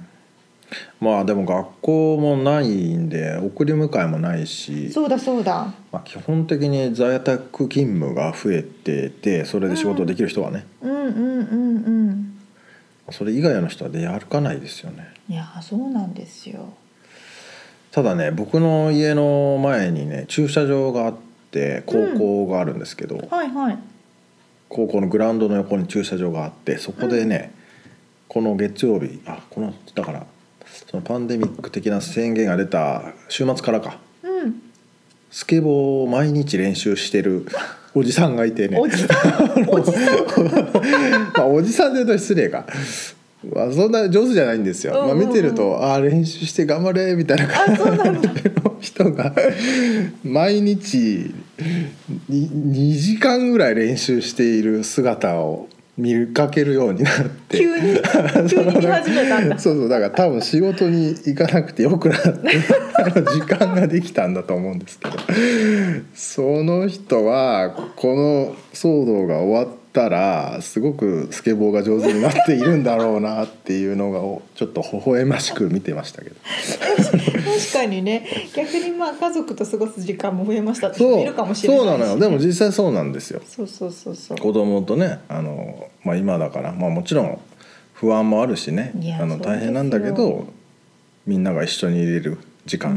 まあでも学校もないんで送り迎えもないし、 そうだそうだ、 まあ、基本的に在宅勤務が増えててそれで仕事できる人はね、 うん、うんうんうんうんそれ以外の人は出歩かないですよね。 いやそうなんですよ。 ただね僕の家の前にね駐車場があって高校があるんですけど、うんはいはい、 高校のグラウンドの横に駐車場があってそこでね、うん、この月曜日あこのだからそのパンデミック的な宣言が出た週末からか、 うん、 スケボーを毎日練習してるおじさんがいてねおじさんおじさんまあおじさんで言うと失礼か、まあ、そんな上手じゃないんですよ、うんうんうんまあ、見てるとあ練習して頑張れみたいな感じの人が毎日にじかんぐらい練習している姿を見かけるようになって急に急に見始めたんだそうそうだから多分仕事に行かなくてよくなって時間ができたんだと思うんですけどその人はこの騒動が終わったらすごくスケボーが上手になっているんだろうなっていうのがちょっと微笑ましく見てましたけど確かにね逆にまあ家族と過ごす時間も増えましたって人もいるかもしれないし、ね、 そうなのよ。でも実際そうなんですよ。 そうそうそうそう子供とねあの、まあ、今だから、まあ、もちろん不安もあるしねあの大変なんだけどみんなが一緒にいれる時間、うん、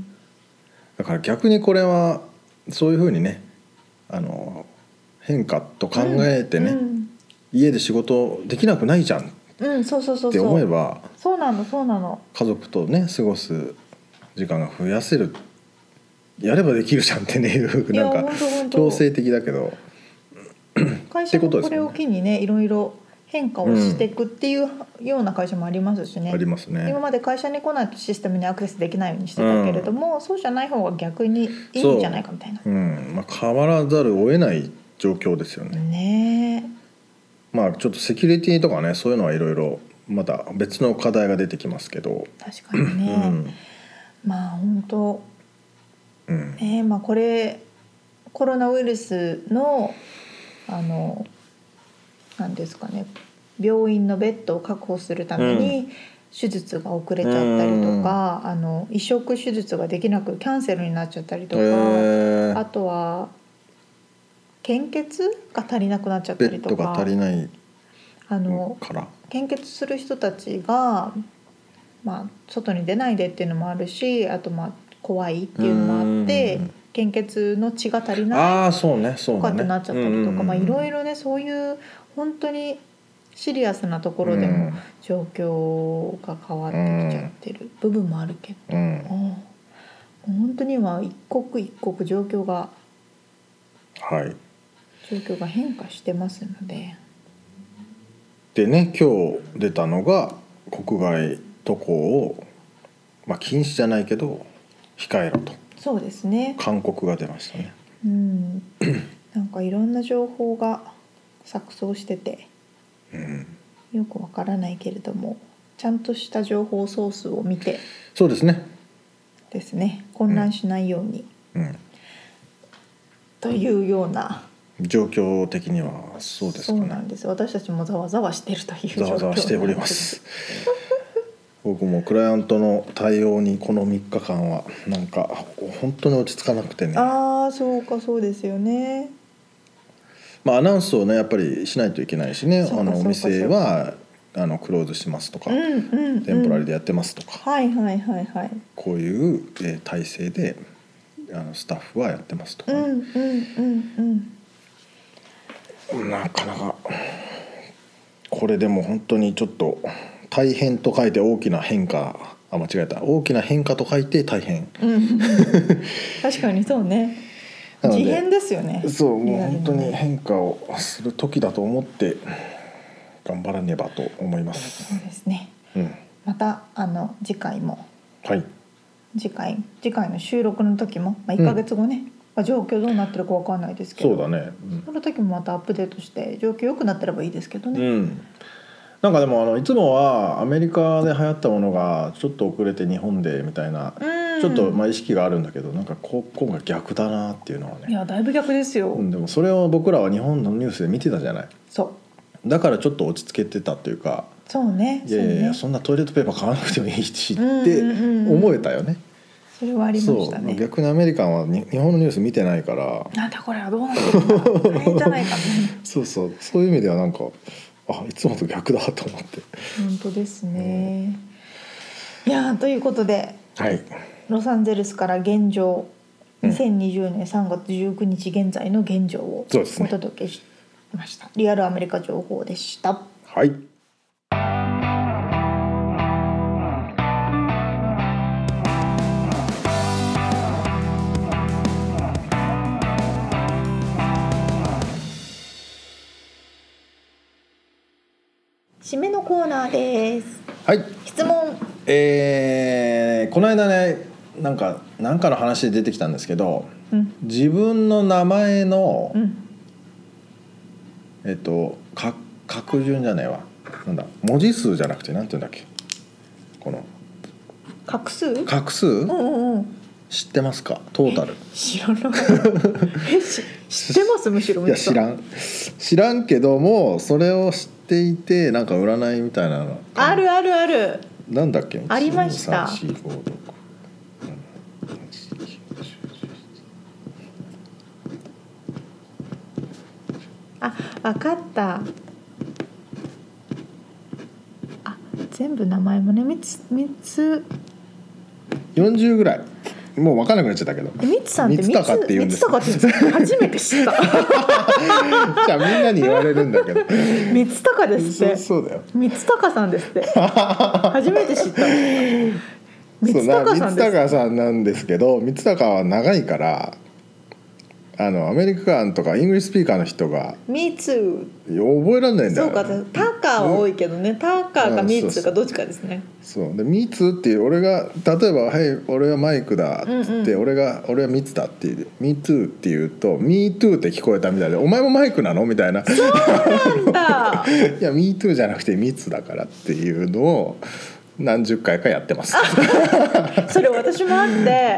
だから逆にこれはそういうふうにねあの変化と考えてね、うんうん、家で仕事できなくないじゃんって思えばそうなのそうなの家族とね過ごす時間が増やせるやればできるじゃんってねいうなんか強制的だけど会社もこれを機にねいろいろ変化をしていくっていうような会社もありますしね、 うん、ありますね。 今まで会社に来ないとシステムにアクセスできないようにしてたけれども、うん、そうじゃない方が逆にいいんじゃないかみたいな、 う、うんまあ、変わらざるを得ない状況ですよね。 ねまあちょっとセキュリティとかねそういうのはいろいろまた別の課題が出てきますけど確かにね、うん、まあ本当、うんねまあ、これコロナウイルスのあのなんですかね病院のベッドを確保するために手術が遅れちゃったりとか、うん、あの移植手術ができなくキャンセルになっちゃったりとか、えー、あとは献血が足りなくなっちゃったりとかベッドが足りないあのから献血する人たちが、まあ、外に出ないでっていうのもあるしあとまあ怖いっていうのもあって献血の血が足りないとかってなっちゃったりとかいろいろねそういう本当にシリアスなところでも状況が変わってきちゃってる部分もあるけど、うん、本当には一刻一刻状況が、 はい、 状況が変化してますので。 でね今日出たのが国外渡航を、まあ、禁止じゃないけど控えろと。 そうですね。 勧告が出ましたね。 うん、なんかいろんな情報が錯綜してて、うん、よくわからないけれどもちゃんとした情報ソースを見てそうですねですね混乱しないように、うんうん、というような状況的にはそうですかね。 そうなんです。私たちもざわざわしてるという状況ざわざわしております僕もクライアントの対応にこのみっかかんはなんか本当に落ち着かなくてね。 ああそうかそうですよね。 まあアナウンスをねやっぱりしないといけないしねあのお店はあのクローズしますとか、うんうんうん、テンポラリーでやってますとか、 はいはいはいはい、 こういう、えー、体制であのスタッフはやってますとか、 うんうんうんうん、なかなかこれでも本当にちょっと大変と書いて大きな変化、あ間違えた、大きな変化と書いて大変、 うん、確かにそうね、事変ですよね。 そうもう本当に変化をする時だと思って頑張らねばと思います。 そうですね、 うん、 またあの次回も、 はい、 次回次回の収録の時も、まあ、いっかげつごね、うんまあ、状況どうなってるか分かんないですけど、 そうだね、うん、 その時もまたアップデートして状況良くなってればいいですけどね、 うん、なんかでもあのいつもはアメリカで流行ったものがちょっと遅れて日本でみたいな、うん、ちょっとまあ意識があるんだけど、なんかこ今回逆だなっていうのはね。 いやだいぶ逆ですよ、 うん、でもそれを僕らは日本のニュースで見てたじゃない。 そうだからちょっと落ち着けてたっていうか、 そうね、 いやいやいや、 ね、 そんなトイレットペーパー買わなくてもいいしって思えたよね。 それはありましたね。 そう逆にアメリカンはに日本のニュース見てないから、 なんだこれはどうなってるんだ大変じゃないかねそうそうそういう意味ではなんかあいつもと逆だと思って。 本当ですね、うん、いやということで、 はい、 ロサンゼルスから現状にせんにじゅうねんさんがつじゅうくにち現在の現状をお届けしました、ね、リアルアメリカ情報でした。 はい、 締めのコーナーです。 はい、 質問、 えー、この間ねなんかなんかの話で出てきたんですけど、うん、自分の名前の、うん、えっとか書順じゃないわ、なんだ文字数じゃなくてなんていうんだっけ、この画数画数、うんうんうん、知ってますかトータル。 知らないえ知ってますむしろ。 いや知らん知らんけどもそれを知っていてなんか占いみたいなのあるあるある、 なんだっけありました。あ、わかった。あ、全部名前もね、みつみつよんじゅうぐらい。もう分からなくなっちゃったけど。 みつさんってみつたかって言うんですか。 初めて知った。 じゃあみんなに言われるんだけど。 みつたかですって。 そう、そうだよ。 みつたかさんですって。初めて知った。みつたかさんです。 みつたかさんなんですけど、みつたかは長いから。あのアメリカンとかイングリッシュスピーカーの人がミーツー覚えられないんだよ。 そうか、タカは多いけどね、タカかミーツーかどっちかですね。 そうでミーツーっていう俺が例えば「はい俺はマイクだ」って、うんうん、俺が俺はミツだっていう「ミーツー」って言うと「ミートゥー」って聞こえたみたいで「お前もマイクなの?」みたいな。 そうなんだ。 いやミートゥーじゃなくてミツだからっていうのを何十回かやってます。 それ私もあって、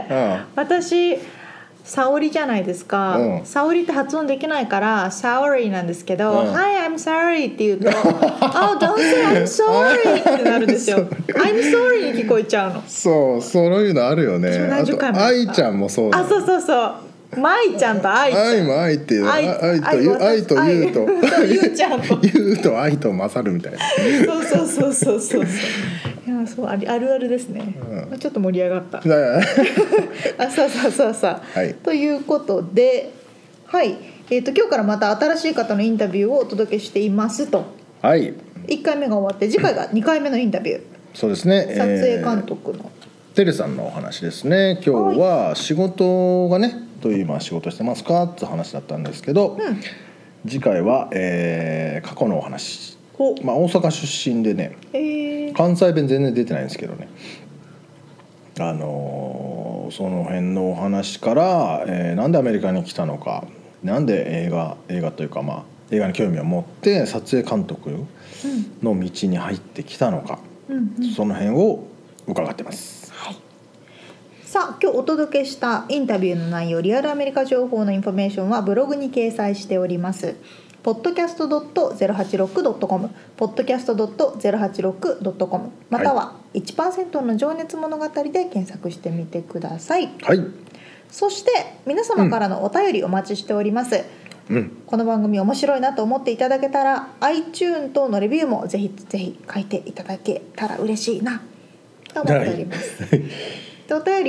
うん、私沙織じゃないですか、うん、沙織って発音できないからサオリーなんですけど、うん、Hi I'm sorry って言うとOh don't say I'm sorry ってなるんですよ。I'm sorry に聞こえちゃうの。 そうそういうのあるよね。あと愛ちゃんもそうだ、ね、 あそうそうそうマイちゃんと愛ちゃん、 愛も愛っていう愛と愛とゆうとゆうちゃんとゆうと愛と勝るみたいな。 そうそうそうそうそう。いやそうあるあるですね、うん、ちょっと盛り上がった。あさあさあさあさあ、はい、ということで、はいえー、と今日からまた新しい方のインタビューをお届けしていますと、 はい、 いっかいめが終わって次回がにかいめのインタビュー。 そうですね、 撮影監督の、 えー、テレさんのお話ですね。今日は仕事がねどういう今仕事してますかって話だったんですけど、うん、次回は、えー、過去のお話。まあ、大阪出身でね、えー、関西弁全然出てないんですけどね、あのー、その辺のお話から、えー、なんでアメリカに来たのか、なんで映画映画というか、まあ、映画に興味を持って撮影監督の道に入ってきたのか、うんうん、その辺を伺ってます、 はい、さあ今日お届けしたインタビューの内容、リアルアメリカ情報のインフォメーションはブログに掲載しております。ポッドキャスト ドットゼロはちろく ドットコム ポッドキャスト ドットゼロはちろく ドットコム または いちパーセント の情熱物語で検索してみてください、 はい、 そして皆様からのお便りお待ちしております、うん、この番組面白いなと思っていただけたら iTunes 等のレビューもぜひぜひ書いていただけたら嬉しいなと思っております、はい、でお便りを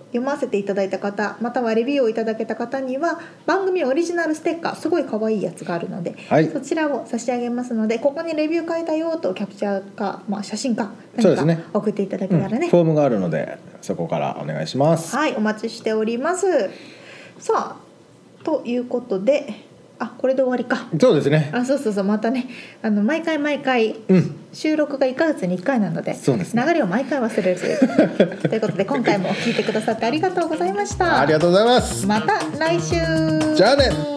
読ませていただいた方、またはレビューをいただけた方には番組オリジナルステッカー、すごい可愛いやつがあるので、 はい、 そちらを差し上げますので、ここにレビュー書いたよとキャプチャーか、まあ、写真か何か送っていただけたらね、 うん、フォームがあるのでそこからお願いします。 はい、お待ちしております。さあということで、あ、これで終わりか。 そうですね。 あ、そうそうそう、またね、あの毎回毎回、うん、収録がいっかげつにいっかいなので、 そうですね、 流れを毎回忘れるというということで、今回も聞いてくださってありがとうございました。 ありがとうございます。 また来週。 じゃあね。